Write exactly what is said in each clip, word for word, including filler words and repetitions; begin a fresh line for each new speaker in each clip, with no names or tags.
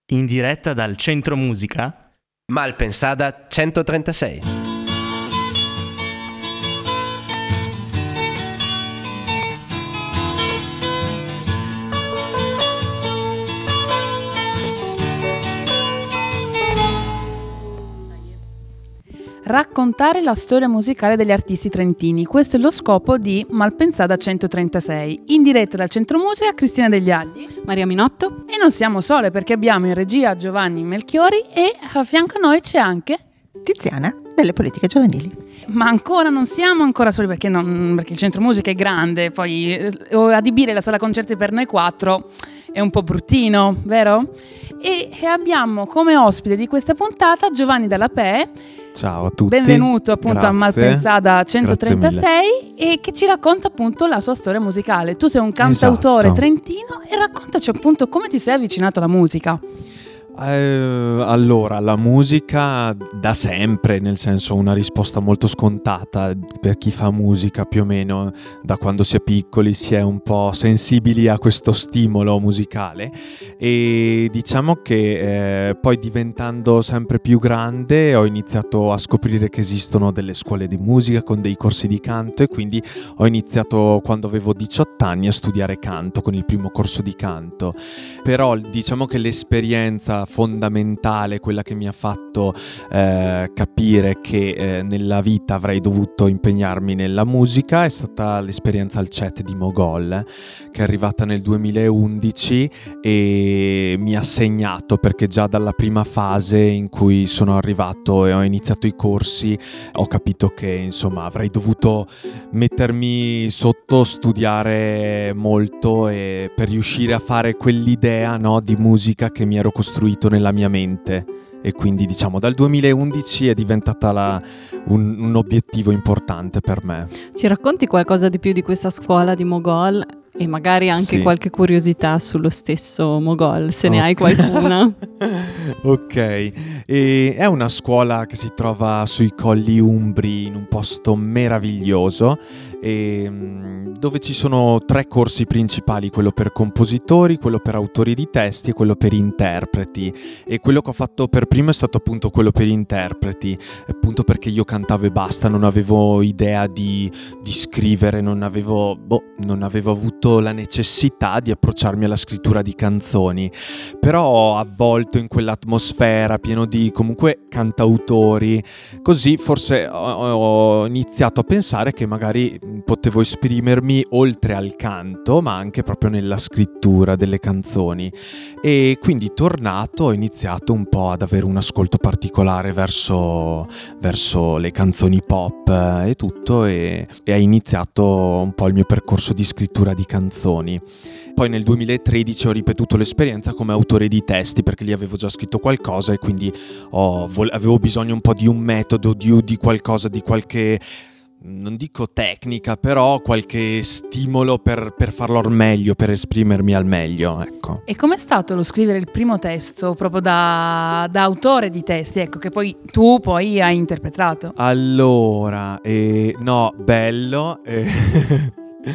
In diretta dal Centro Musica
Malpensada centotrentasei.
Raccontare la storia musicale degli artisti trentini. Questo è lo scopo di Malpensada centotrentasei. In diretta dal Centro Musica, Cristina Degli Agli,
Maria Minotto.
E non siamo sole perché abbiamo in regia Giovanni Melchiori e a fianco a noi c'è anche
Tiziana delle politiche giovanili.
Ma ancora non siamo ancora soli perché, non, perché il Centro Musica è grande, poi eh, adibire la sala concerti per noi quattro è un po' bruttino, vero? E, e abbiamo come ospite di questa puntata Giovanni Dalla Pe.
Ciao a tutti.
Benvenuto appunto
Grazie.
a Malpensada centotrentasei e che ci racconta appunto la sua storia musicale. Tu sei un cantautore
Esatto.
trentino e raccontaci appunto come ti sei avvicinato alla musica.
Eh, allora, la musica da sempre, nel senso una risposta molto scontata per chi fa musica più o meno, da quando si è piccoli si è un po' sensibili a questo stimolo musicale e diciamo che eh, poi diventando sempre più grande ho iniziato a scoprire che esistono delle scuole di musica con dei corsi di canto e quindi ho iniziato quando avevo diciotto anni a studiare canto con il primo corso di canto, però diciamo che l'esperienza fondamentale, quella che mi ha fatto eh, capire che eh, nella vita avrei dovuto impegnarmi nella musica è stata l'esperienza al C E T di Mogol, che è arrivata nel duemilaundici e mi ha segnato perché già dalla prima fase in cui sono arrivato e ho iniziato i corsi ho capito che insomma avrei dovuto mettermi sotto, studiare molto e per riuscire a fare quell'idea, no, di musica che mi ero costruito nella mia mente e quindi diciamo dal duemilaundici è diventata la, un, un obiettivo importante per me.
Ci racconti qualcosa di più di questa scuola di Mogol e magari anche
Sì.
qualche curiosità sullo stesso Mogol, se ne
Ok.
hai qualcuna?
Ok, e è una scuola che si trova sui Colli Umbri in un posto meraviglioso e, mh, dove ci sono tre corsi principali, quello per compositori, quello per autori di testi e quello per interpreti, e quello che ho fatto per primo è stato appunto quello per interpreti, appunto perché io cantavo e basta, non avevo idea di, di scrivere, non avevo, boh, non avevo avuto la necessità di approcciarmi alla scrittura di canzoni, però avvolto in quell'atmosfera pieno di comunque cantautori, così forse ho, ho iniziato a pensare che magari potevo esprimermi oltre al canto ma anche proprio nella scrittura delle canzoni, e quindi tornato ho iniziato un po' ad avere un ascolto particolare verso, verso le canzoni pop e tutto, e, e ha iniziato un po' il mio percorso di scrittura di canzoni. Poi nel duemilatredici ho ripetuto l'esperienza come autore di testi perché lì avevo già scritto qualcosa e quindi ho, vo- avevo bisogno un po' di un metodo, di, di qualcosa, di qualche, non dico tecnica, però qualche stimolo per, per farlo al meglio, per esprimermi al meglio, ecco.
E com'è stato lo scrivere il primo testo proprio da, da autore di testi, ecco, che poi tu poi hai interpretato?
Allora, eh, no, bello. Eh.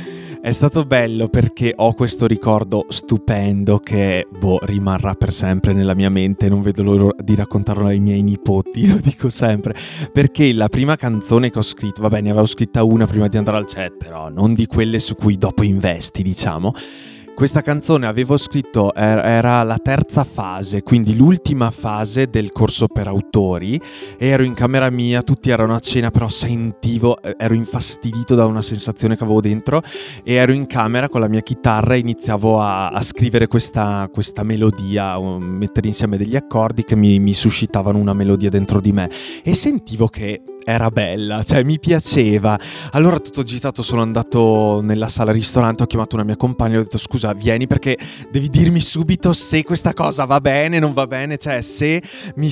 È stato bello perché ho questo ricordo stupendo che boh, rimarrà per sempre nella mia mente, non vedo l'ora di raccontarlo ai miei nipoti, lo dico sempre, perché la prima canzone che ho scritto, vabbè, ne avevo scritta una prima di andare al C E T, però non di quelle su cui dopo investi, diciamo. Questa canzone avevo scritto, era la terza fase, quindi l'ultima fase del corso per autori, e ero in camera mia, tutti erano a cena, però sentivo, ero infastidito da una sensazione che avevo dentro e ero in camera con la mia chitarra e iniziavo a, a scrivere questa, questa melodia, a mettere insieme degli accordi che mi, mi suscitavano una melodia dentro di me e sentivo che era bella, cioè mi piaceva. Allora tutto agitato sono andato nella sala ristorante, ho chiamato una mia compagna e ho detto scusa vieni perché devi dirmi subito se questa cosa va bene, non va bene, cioè se mi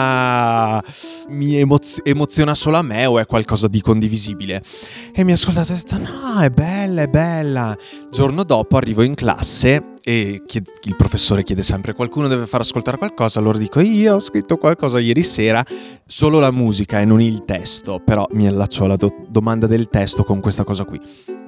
fa mi emoz- emoziona solo a me o è qualcosa di condivisibile. E mi ha ascoltato e ha detto no, è bella, è bella. Il giorno dopo arrivo in classe e chied- il professore chiede sempre qualcuno deve far ascoltare qualcosa, allora dico io ho scritto qualcosa ieri sera, solo la musica e non il testo, però mi allaccio alla do- domanda del testo con questa cosa qui.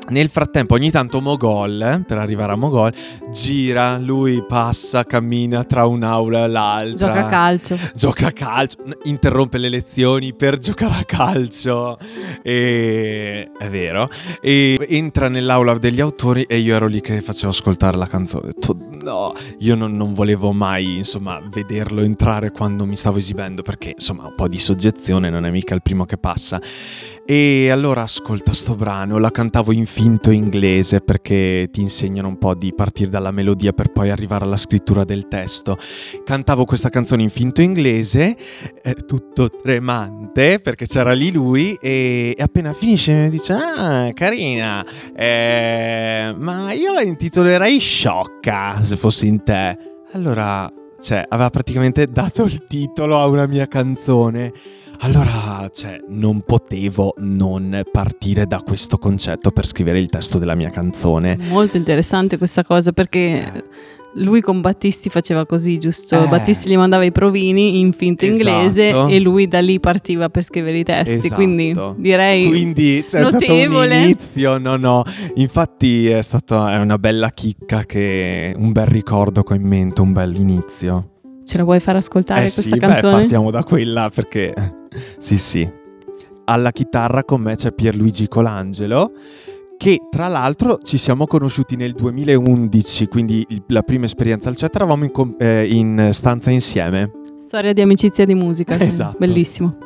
Nel frattempo ogni tanto Mogol, per arrivare a Mogol, gira, lui passa, cammina tra un'aula e l'altra.
Gioca a calcio.
Gioca a calcio, interrompe le lezioni per giocare a calcio. E è vero. E entra nell'aula degli autori e io ero lì che facevo ascoltare la canzone. Ho detto, no, io non, non volevo mai, insomma, vederlo entrare quando mi stavo esibendo, perché insomma un po' di soggezione, non è mica il primo che passa. E allora ascolta sto brano, la cantavo in finto inglese perché ti insegnano un po' di partire dalla melodia per poi arrivare alla scrittura del testo. Cantavo questa canzone in finto inglese, eh, tutto tremante perché c'era lì lui, e, e appena finisce mi dice: ah, carina, eh, ma io la intitolerei Sciocca se fossi in te. Allora, cioè, aveva praticamente dato il titolo a una mia canzone. Allora, cioè, non potevo non partire da questo concetto per scrivere il testo della mia canzone.
Molto interessante questa cosa, perché lui con Battisti faceva così, giusto?
Eh.
Battisti gli mandava i provini in finto
Esatto.
inglese e lui da lì partiva per scrivere i testi.
Esatto.
Quindi direi
Quindi c'è
notevole.
stato un inizio, no no, infatti è stata è una bella chicca, che un bel ricordo che ho in mente, un bel inizio.
Ce la vuoi far ascoltare
eh
questa
sì,
canzone?
Beh, partiamo da quella perché sì sì. Alla chitarra con me c'è Pierluigi Colangelo, che tra l'altro ci siamo conosciuti nel duemilaundici, quindi il- la prima esperienza al C E T eravamo in, com- eh, in stanza insieme.
Storia di amicizia e di musica.
Esatto.
Bellissimo.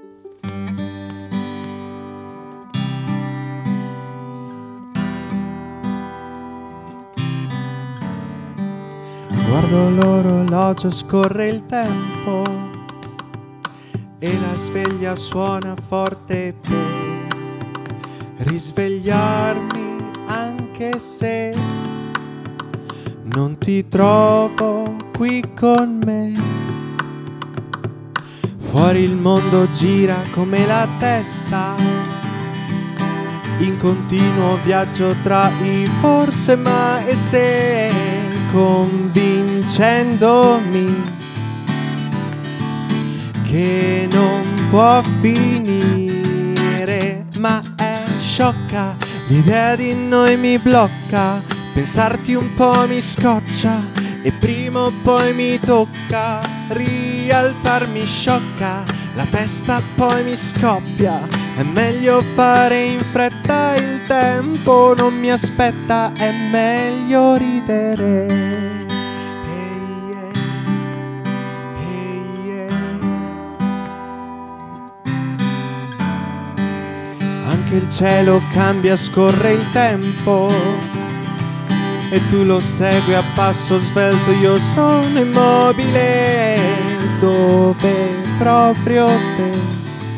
Guardo l'orologio, scorre il tempo e la sveglia suona forte per risvegliarmi, anche se non ti trovo qui con me. Fuori il mondo gira come la testa, in continuo viaggio tra i forse ma e se, convincendomi che non può finire. Ma è sciocca, l'idea di noi mi blocca, pensarti un po' mi scoccia e prima o poi mi tocca rialzarmi. Sciocca, la testa poi mi scoppia, è meglio fare in fretta, il tempo non mi aspetta, è meglio ridere. Hey, yeah. Hey, yeah. Anche il cielo cambia, scorre il tempo e tu lo segui a passo svelto, io sono immobile dove proprio te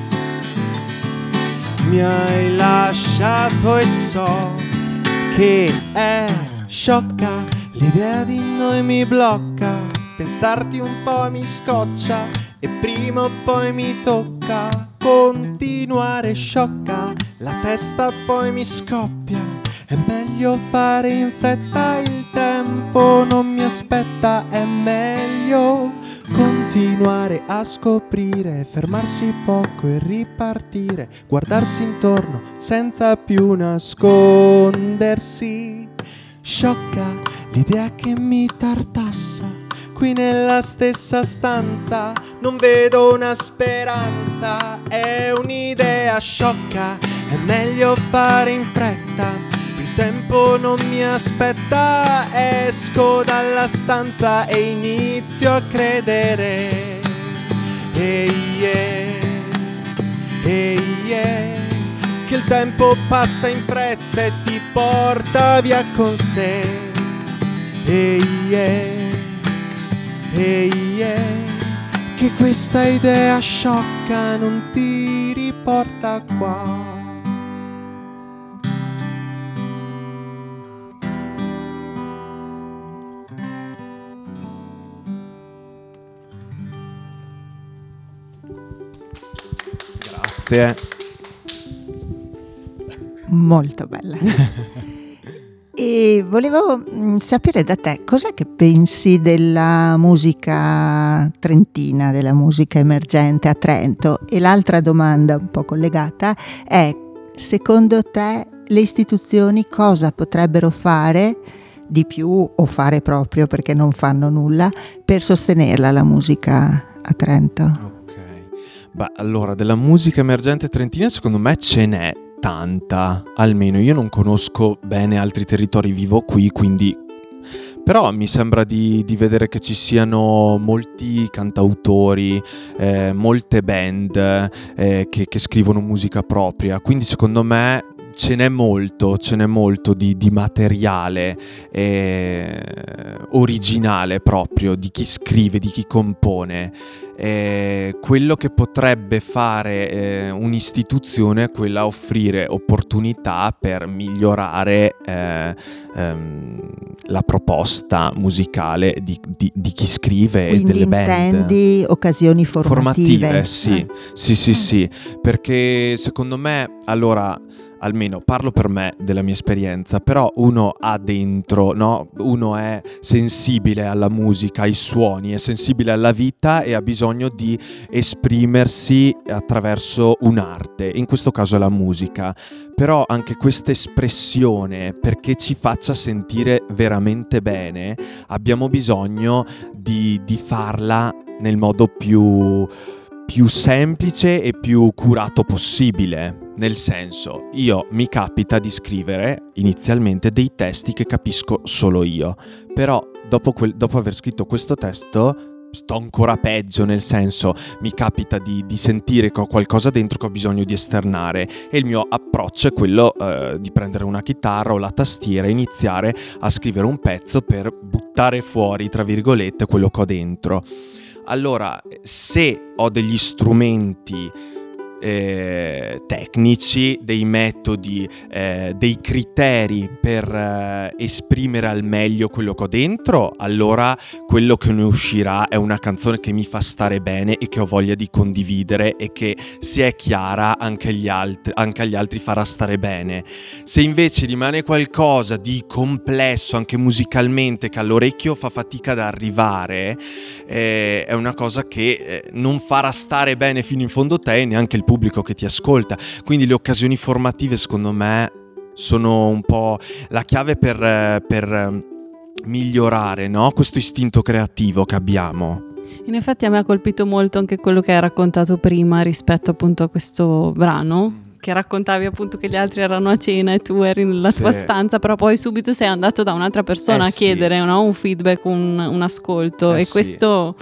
mi hai lasciato, e so che è sciocca, l'idea di noi mi blocca, pensarti un po' mi scoccia e prima o poi mi tocca continuare. Sciocca, la testa poi mi scoppia, è meglio fare in fretta, il tempo non mi aspetta, è meglio continuare a scoprire, fermarsi poco e ripartire, guardarsi intorno senza più nascondersi. Sciocca, l'idea che mi tartassa, qui nella stessa stanza non vedo una speranza, è un'idea sciocca, è meglio fare in fretta, il tempo non mi aspetta, esco dalla stanza e inizio a credere. Hey yeah, hey yeah, che il tempo passa in fretta e ti porta via con sé. Hey yeah, hey yeah, che questa idea sciocca non ti riporta qua. Grazie.
Molto bella. E volevo mh, sapere da te cos'è che pensi della musica trentina, della musica emergente a Trento. E l'altra domanda un po' collegata è: secondo te le istituzioni cosa potrebbero fare di più o fare proprio, perché non fanno nulla, per sostenerla la musica a Trento?
Ok, beh, allora della musica emergente trentina secondo me ce n'è tanta, almeno io non conosco bene altri territori, vivo qui, quindi però mi sembra di, di vedere che ci siano molti cantautori, eh, molte band eh, che, che scrivono musica propria, quindi secondo me ce n'è molto, ce n'è molto di, di materiale eh, originale proprio, di chi scrive, di chi compone. Eh, quello che potrebbe fare eh, un'istituzione è quella offrire opportunità per migliorare eh, ehm, la proposta musicale di, di, di chi scrive e delle band.
Quindi intendi occasioni formative?
Formative, sì,
eh.
sì, sì, sì, perché secondo me, allora, almeno parlo per me della mia esperienza, però uno ha dentro, no? Uno è sensibile alla musica, ai suoni, è sensibile alla vita e ha bisogno di esprimersi attraverso un'arte, in questo caso è la musica. Però anche questa espressione, perché ci faccia sentire veramente bene, abbiamo bisogno di, di farla nel modo più, più semplice e più curato possibile. Nel senso, io mi capita di scrivere inizialmente dei testi che capisco solo io, però dopo, quel, dopo aver scritto questo testo sto ancora peggio, nel senso mi capita di, di sentire che ho qualcosa dentro che ho bisogno di esternare e il mio approccio è quello eh, di prendere una chitarra o la tastiera e iniziare a scrivere un pezzo per buttare fuori, tra virgolette, quello che ho dentro. Allora, se ho degli strumenti Eh, tecnici, dei metodi, eh, dei criteri per eh, esprimere al meglio quello che ho dentro, allora quello che ne uscirà è una canzone che mi fa stare bene e che ho voglia di condividere e che, se è chiara, anche agli altri, anche agli altri farà stare bene. Se invece rimane qualcosa di complesso anche musicalmente, che all'orecchio fa fatica ad arrivare, eh, è una cosa che eh, non farà stare bene fino in fondo te e neanche il pubblico che ti ascolta. Quindi le occasioni formative secondo me sono un po' la chiave per, per migliorare, no? Questo istinto creativo che abbiamo.
In effetti a me ha colpito molto anche quello che hai raccontato prima rispetto appunto a questo brano, che raccontavi appunto che gli altri erano a cena e tu eri nella
sì.
tua stanza, però poi subito sei andato da un'altra persona
eh
a chiedere
sì.
no? un feedback, un, un ascolto
eh
e
sì.
questo...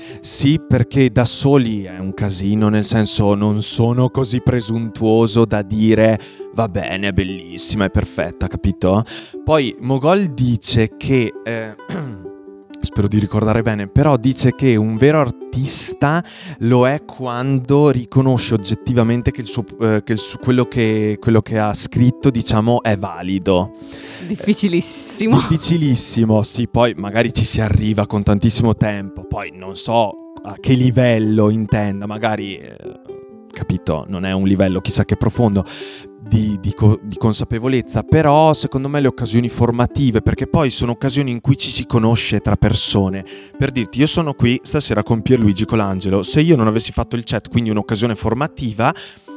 Sì, perché da soli è un casino, nel senso non sono così presuntuoso da dire va bene, è bellissima, è perfetta, capito? Poi Mogol dice che... Eh, spero di ricordare bene, però dice che un vero artista lo è quando riconosce oggettivamente che, il suo, eh, che il su, quello, che, quello che ha scritto, diciamo, è valido.
Difficilissimo.
Difficilissimo, sì, poi magari ci si arriva con tantissimo tempo, poi non so a che livello intenda, magari, eh, capito, non è un livello chissà che profondo, Di, di, di consapevolezza, però secondo me le occasioni formative, perché poi sono occasioni in cui ci si conosce tra persone. Per dirti, io sono qui stasera con Pierluigi Colangelo, se io non avessi fatto il chat, quindi un'occasione formativa,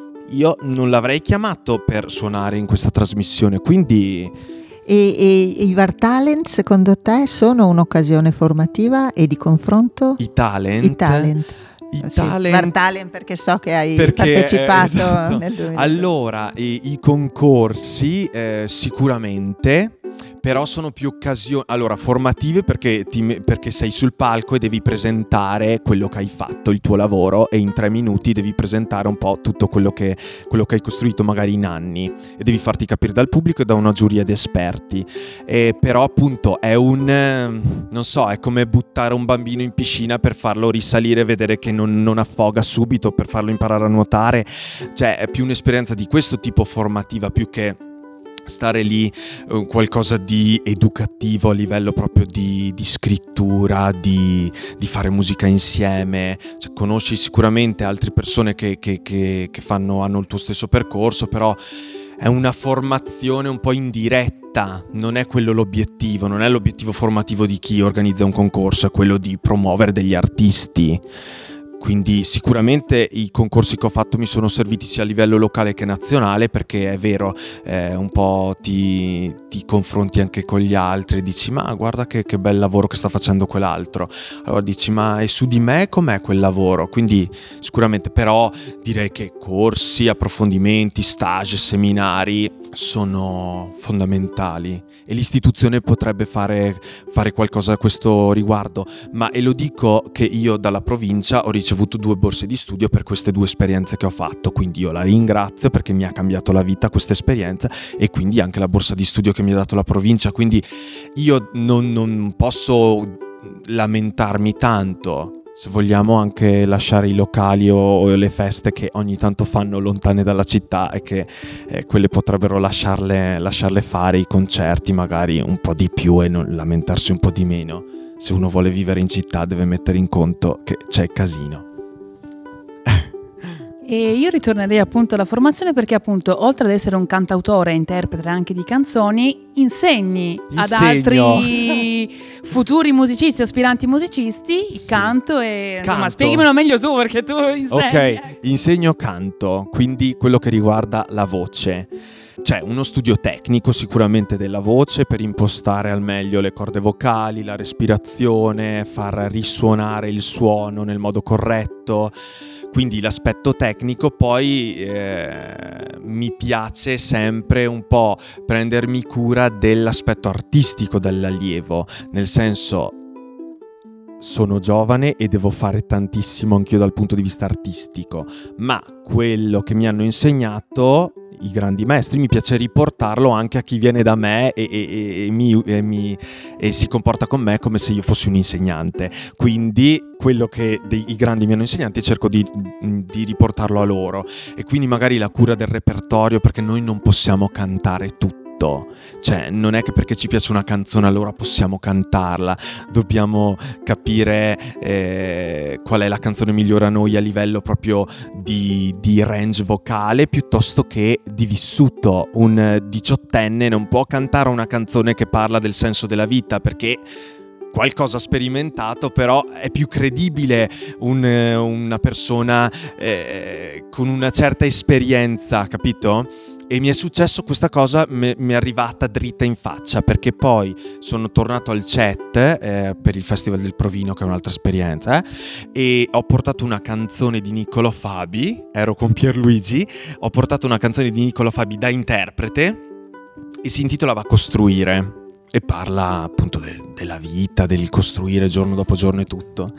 io non l'avrei chiamato per suonare in questa trasmissione, quindi...
E, e i Var Talent secondo te sono un'occasione formativa e di confronto?
I talent...
I talent.
I
sì,
talent,
Var Talent perché so che hai
perché,
partecipato
eh, esatto.
nel duemila.
Allora, i, i concorsi eh, sicuramente, però sono più occasioni, allora, formative perché, ti, perché sei sul palco e devi presentare quello che hai fatto, il tuo lavoro, e in tre minuti devi presentare un po' tutto quello che, quello che hai costruito magari in anni e devi farti capire dal pubblico e da una giuria di esperti. E però appunto è un, non so, è come buttare un bambino in piscina per farlo risalire e vedere che non, non affoga subito, per farlo imparare a nuotare, cioè è più un'esperienza di questo tipo formativa più che stare lì eh, qualcosa di educativo a livello proprio di, di scrittura, di, di fare musica insieme. Cioè, conosci sicuramente altre persone che, che, che, che fanno, hanno il tuo stesso percorso, però è una formazione un po' indiretta, non è quello l'obiettivo, non è l'obiettivo formativo di chi organizza un concorso, è quello di promuovere degli artisti. quindi sicuramente i concorsi che ho fatto mi sono serviti sia a livello locale che nazionale, perché è vero, eh, un po' ti, ti confronti anche con gli altri e dici ma guarda che, che bel lavoro che sta facendo quell'altro, allora dici ma e su di me com'è quel lavoro? Quindi sicuramente, però direi che corsi, approfondimenti, stage, seminari sono fondamentali e l'istituzione potrebbe fare, fare qualcosa a questo riguardo, ma e lo dico che io dalla provincia ho ricevuto due borse di studio per queste due esperienze che ho fatto, quindi io la ringrazio perché mi ha cambiato la vita questa esperienza, e quindi anche la borsa di studio che mi ha dato la provincia, quindi io non, non posso lamentarmi tanto. Se vogliamo anche lasciare i locali o, o le feste che ogni tanto fanno lontane dalla città, e che eh, quelle potrebbero lasciarle, lasciarle fare i concerti magari un po' di più e non lamentarsi un po' di meno. Se uno vuole vivere in città deve mettere in conto che c'è casino.
E io ritornerei appunto alla formazione perché appunto oltre ad essere un cantautore e interprete anche di canzoni, insegni
Insegno.
ad altri futuri musicisti, aspiranti musicisti, il
Sì.
canto e insomma
Canto.
spiegamelo meglio tu perché tu insegni.
Ok, insegno canto, quindi quello che riguarda la voce. C'è uno studio tecnico sicuramente della voce per impostare al meglio le corde vocali, la respirazione, far risuonare il suono nel modo corretto. Quindi l'aspetto tecnico, poi eh, mi piace sempre un po' prendermi cura dell'aspetto artistico dell'allievo, nel senso sono giovane e devo fare tantissimo anch'io dal punto di vista artistico, ma quello che mi hanno insegnato i grandi maestri mi piace riportarlo anche a chi viene da me e, e, e, mi, e, mi, e si comporta con me come se io fossi un insegnante. Quindi quello che dei, i grandi mi hanno insegnato cerco di, di riportarlo a loro, e quindi magari la cura del repertorio, perché noi non possiamo cantare tutto. Cioè non è che perché ci piace una canzone allora possiamo cantarla, dobbiamo capire eh, qual è la canzone migliore a noi a livello proprio di, di range vocale piuttosto che di vissuto. Un diciottenne non può cantare una canzone che parla del senso della vita perché qualcosa sperimentato, però è più credibile un, una persona eh, con una certa esperienza, capito? E mi è successo questa cosa, mi è arrivata dritta in faccia, perché poi sono tornato al chat eh, per il Festival del Provino, che è un'altra esperienza, eh, e ho portato una canzone di Niccolò Fabi, ero con Pierluigi, ho portato una canzone di Niccolò Fabi da interprete e si intitolava Costruire. E parla appunto del, della vita, del costruire giorno dopo giorno e tutto.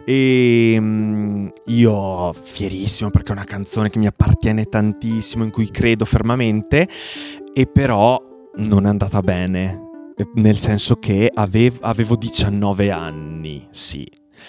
E um, io fierissimo perché è una canzone che mi appartiene tantissimo, in cui credo fermamente, e però non è andata bene, nel senso che avevo, avevo diciannove anni, sì.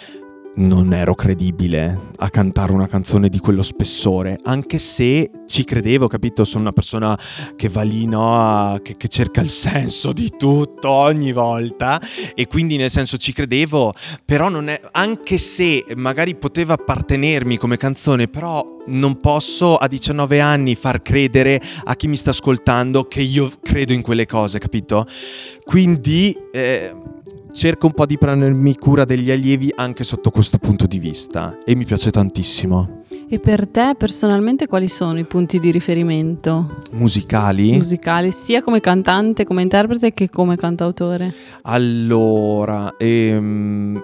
Non ero credibile a cantare una canzone di quello spessore, anche se ci credevo, capito? Sono una persona che va lì, no, che, che cerca il senso di tutto ogni volta, e quindi nel senso ci credevo, però non è, anche se magari poteva appartenermi come canzone, però non posso a diciannove anni far credere a chi mi sta ascoltando che io credo in quelle cose, capito? Quindi eh, cerco un po' di prendermi cura degli allievi anche sotto questo punto di vista, e mi piace tantissimo.
E per te personalmente quali sono i punti di riferimento
Musicali?
musicali, sia come cantante, come interprete che come cantautore?
Allora, ehm,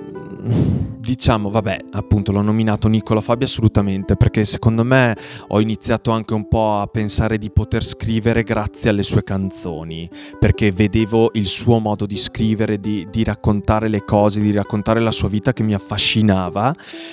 diciamo, vabbè, appunto l'ho nominato Niccolò Fabi assolutamente, perché secondo me ho iniziato anche un po' a pensare di poter scrivere grazie alle sue canzoni, perché vedevo il suo modo di scrivere, di, di raccontare le cose, di raccontare la sua vita che mi affascinava,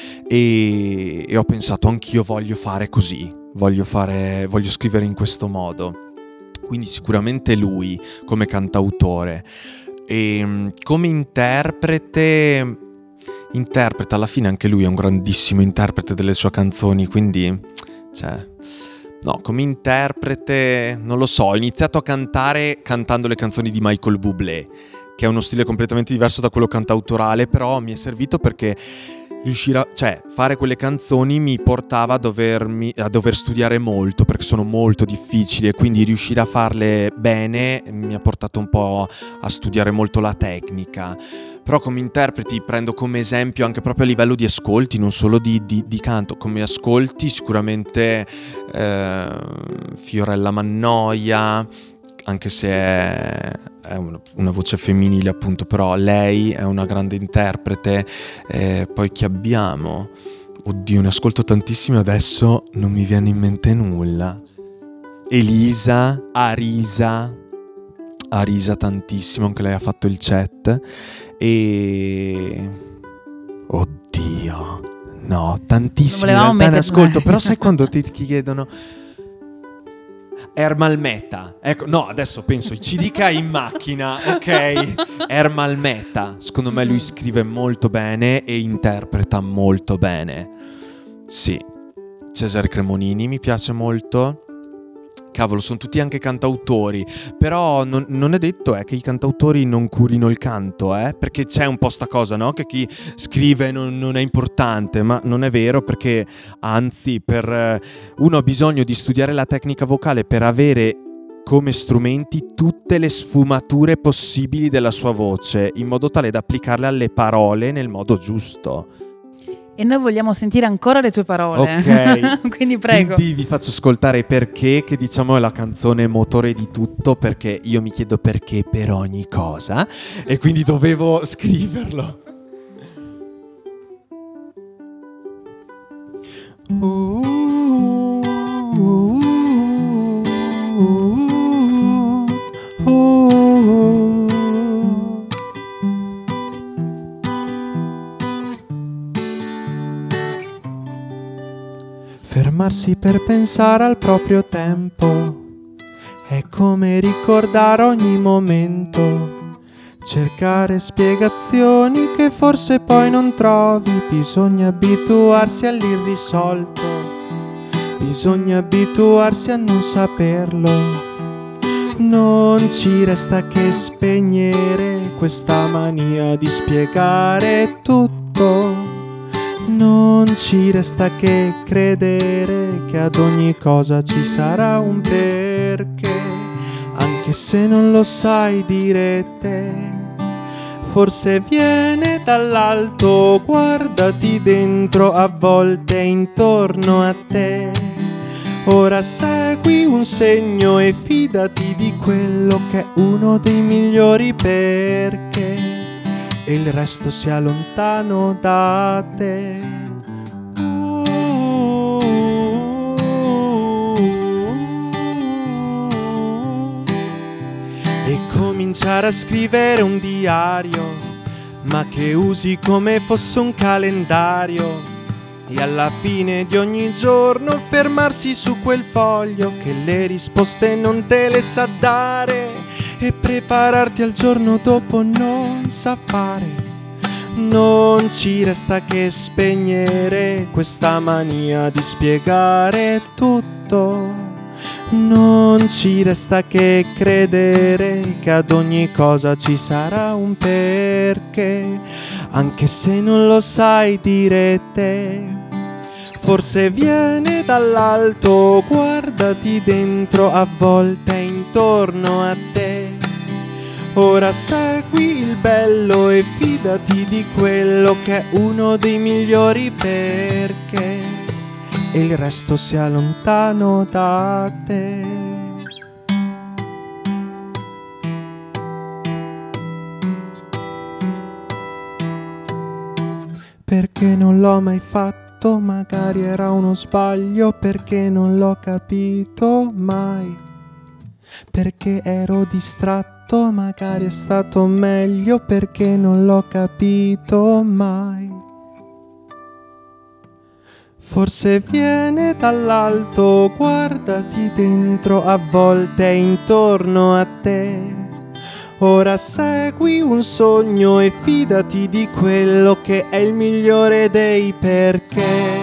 e, e ho pensato anch'io voglio fare così, voglio fare, voglio scrivere in questo modo. Quindi sicuramente lui come cantautore. E come interprete, interpreta alla fine anche lui è un grandissimo interprete delle sue canzoni, quindi cioè no, come interprete non lo so, ho iniziato a cantare cantando le canzoni di Michael Bublé, che è uno stile completamente diverso da quello cantautorale, però mi è servito perché riuscire a, cioè fare quelle canzoni mi portava a dovermi a dover studiare molto, perché sono molto difficili, e quindi riuscire a farle bene mi ha portato un po' a studiare molto la tecnica. Però come interpreti prendo come esempio anche proprio a livello di ascolti, non solo di, di, di canto, come ascolti sicuramente eh, Fiorella Mannoia, anche se è, è una, una voce femminile appunto, però lei è una grande interprete. Eh, poi chi abbiamo? Oddio, ne ascolto tantissimi, adesso non mi viene in mente nulla. Elisa, Arisa, Arisa tantissimo, anche lei ha fatto il chat. E... oddio, no, tantissimi in realtà ne ascolto, però sai quando ti chiedono... Ermal Meta, ecco, no, adesso penso ci dica in macchina, ok? Ermal Meta, secondo me lui scrive molto bene e interpreta molto bene. Sì, Cesare Cremonini mi piace molto. Cavolo, sono tutti anche cantautori, però non, non è detto eh, che i cantautori non curino il canto, eh? Perché c'è un po' sta cosa, no? Che chi scrive non, non è importante, ma non è vero, perché anzi, per eh, uno ha bisogno di studiare la tecnica vocale per avere come strumenti tutte le sfumature possibili della sua voce, in modo tale da applicarle alle parole nel modo giusto.
E noi vogliamo sentire ancora le tue parole.
Ok.
Quindi prego.
Quindi vi faccio ascoltare Perché, che diciamo è la canzone motore di tutto, perché io mi chiedo perché per ogni cosa e quindi dovevo scriverlo. Uh, uh, uh, uh, uh. Fermarsi per pensare al proprio tempo è come ricordare ogni momento, cercare spiegazioni che forse poi non trovi, bisogna abituarsi all'irrisolto, bisogna abituarsi a non saperlo, non ci resta che spegnere questa mania di spiegare tutto. Non ci resta che credere che ad ogni cosa ci sarà un perché, anche se non lo sai dire te. Forse viene dall'alto, guardati dentro, a volte intorno a te. Ora segui un segno e fidati di quello che è uno dei migliori perché. E il resto sia lontano da te. E cominciare a scrivere un diario, ma che usi come fosse un calendario. E alla fine di ogni giorno fermarsi su quel foglio che le risposte non te le sa dare. E prepararti al giorno dopo non sa fare. Non ci resta che spegnere questa mania di spiegare tutto. Non ci resta che credere che ad ogni cosa ci sarà un perché, anche se non lo sai dire te. Forse viene dall'alto, guardati dentro, a volte intorno a te. Ora segui il bello e fidati di quello che è uno dei migliori perché, e il resto sia lontano da te. Perché non l'ho mai fatto, magari era uno sbaglio, perché non l'ho capito mai. Perché ero distratto, magari è stato meglio, perché non l'ho capito mai. Forse viene dall'alto, guardati dentro, a volte è intorno a te. Ora segui un sogno e fidati di quello che è il migliore dei perché.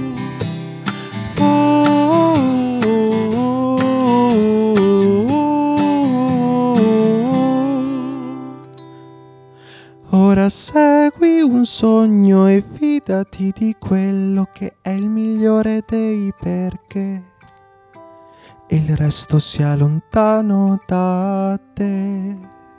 Uh, Ora segui un sogno e fidati di quello che è il migliore dei perché. E il resto sia lontano da te.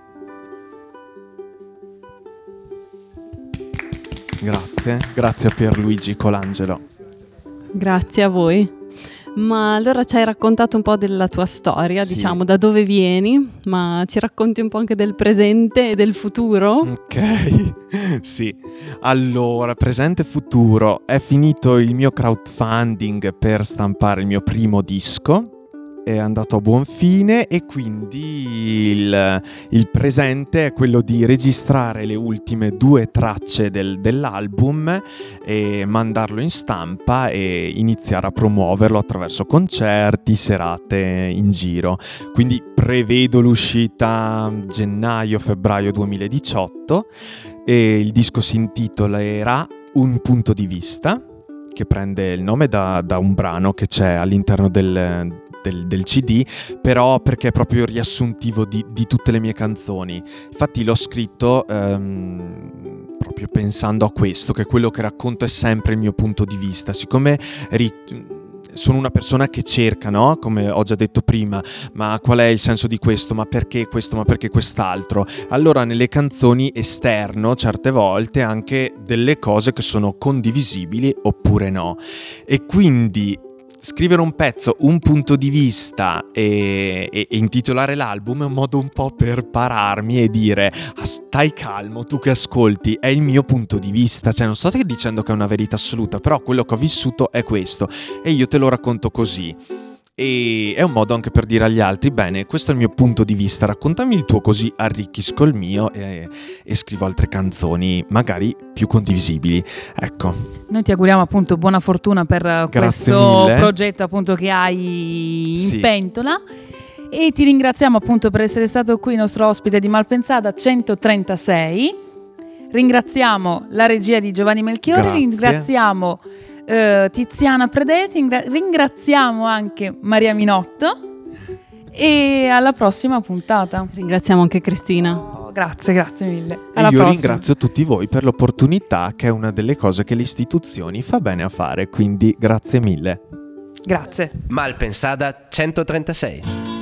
Grazie, grazie a Pierluigi Colangelo.
Grazie a voi. Ma allora ci hai raccontato un po' della tua storia,
Sì.
diciamo, da dove vieni, ma ci racconti un po' anche del presente e del futuro?
Ok, sì. Allora, presente e futuro. È finito il mio crowdfunding per stampare il mio primo disco. È andato a buon fine e quindi il, il presente è quello di registrare le ultime due tracce del, dell'album e mandarlo in stampa e iniziare a promuoverlo attraverso concerti, serate in giro. Quindi prevedo l'uscita gennaio-febbraio duemiladiciotto e il disco si intitolerà Un punto di vista, che prende il nome da, da un brano che c'è all'interno del Del, del C D, però perché è proprio il riassuntivo di, di tutte le mie canzoni. Infatti l'ho scritto ehm, proprio pensando a questo, che quello che racconto è sempre il mio punto di vista. Siccome ri- sono una persona che cerca, no? Come ho già detto prima, ma qual è il senso di questo? Ma perché questo? Ma perché quest'altro? Allora nelle canzoni esterno certe volte anche delle cose che sono condivisibili oppure no. E quindi scrivere un pezzo, un punto di vista e, e, e intitolare l'album è un modo un po' per pararmi e dire ah, stai calmo, tu che ascolti, è il mio punto di vista, cioè non sto dicendo che è una verità assoluta, però quello che ho vissuto è questo e io te lo racconto così. E è un modo anche per dire agli altri bene, questo è il mio punto di vista, raccontami il tuo così arricchisco il mio e, e scrivo altre canzoni magari più condivisibili, ecco.
Noi ti auguriamo appunto buona fortuna per
Grazie
questo
mille.
progetto appunto che hai in
Sì.
pentola e ti ringraziamo appunto per essere stato qui nostro ospite di Malpensada centotrentasei. Ringraziamo la regia di Giovanni Melchiori,
Grazie.
ringraziamo eh, Tiziana Predeti, ringra- ringraziamo anche Maria Minotto e alla prossima puntata.
Ringraziamo anche Cristina.
Oh, grazie, grazie mille.
E
Alla
io
prossima.
ringrazio tutti voi per l'opportunità, che è una delle cose che le istituzioni fa bene a fare, quindi grazie mille.
Grazie.
Malpensada centotrentasei.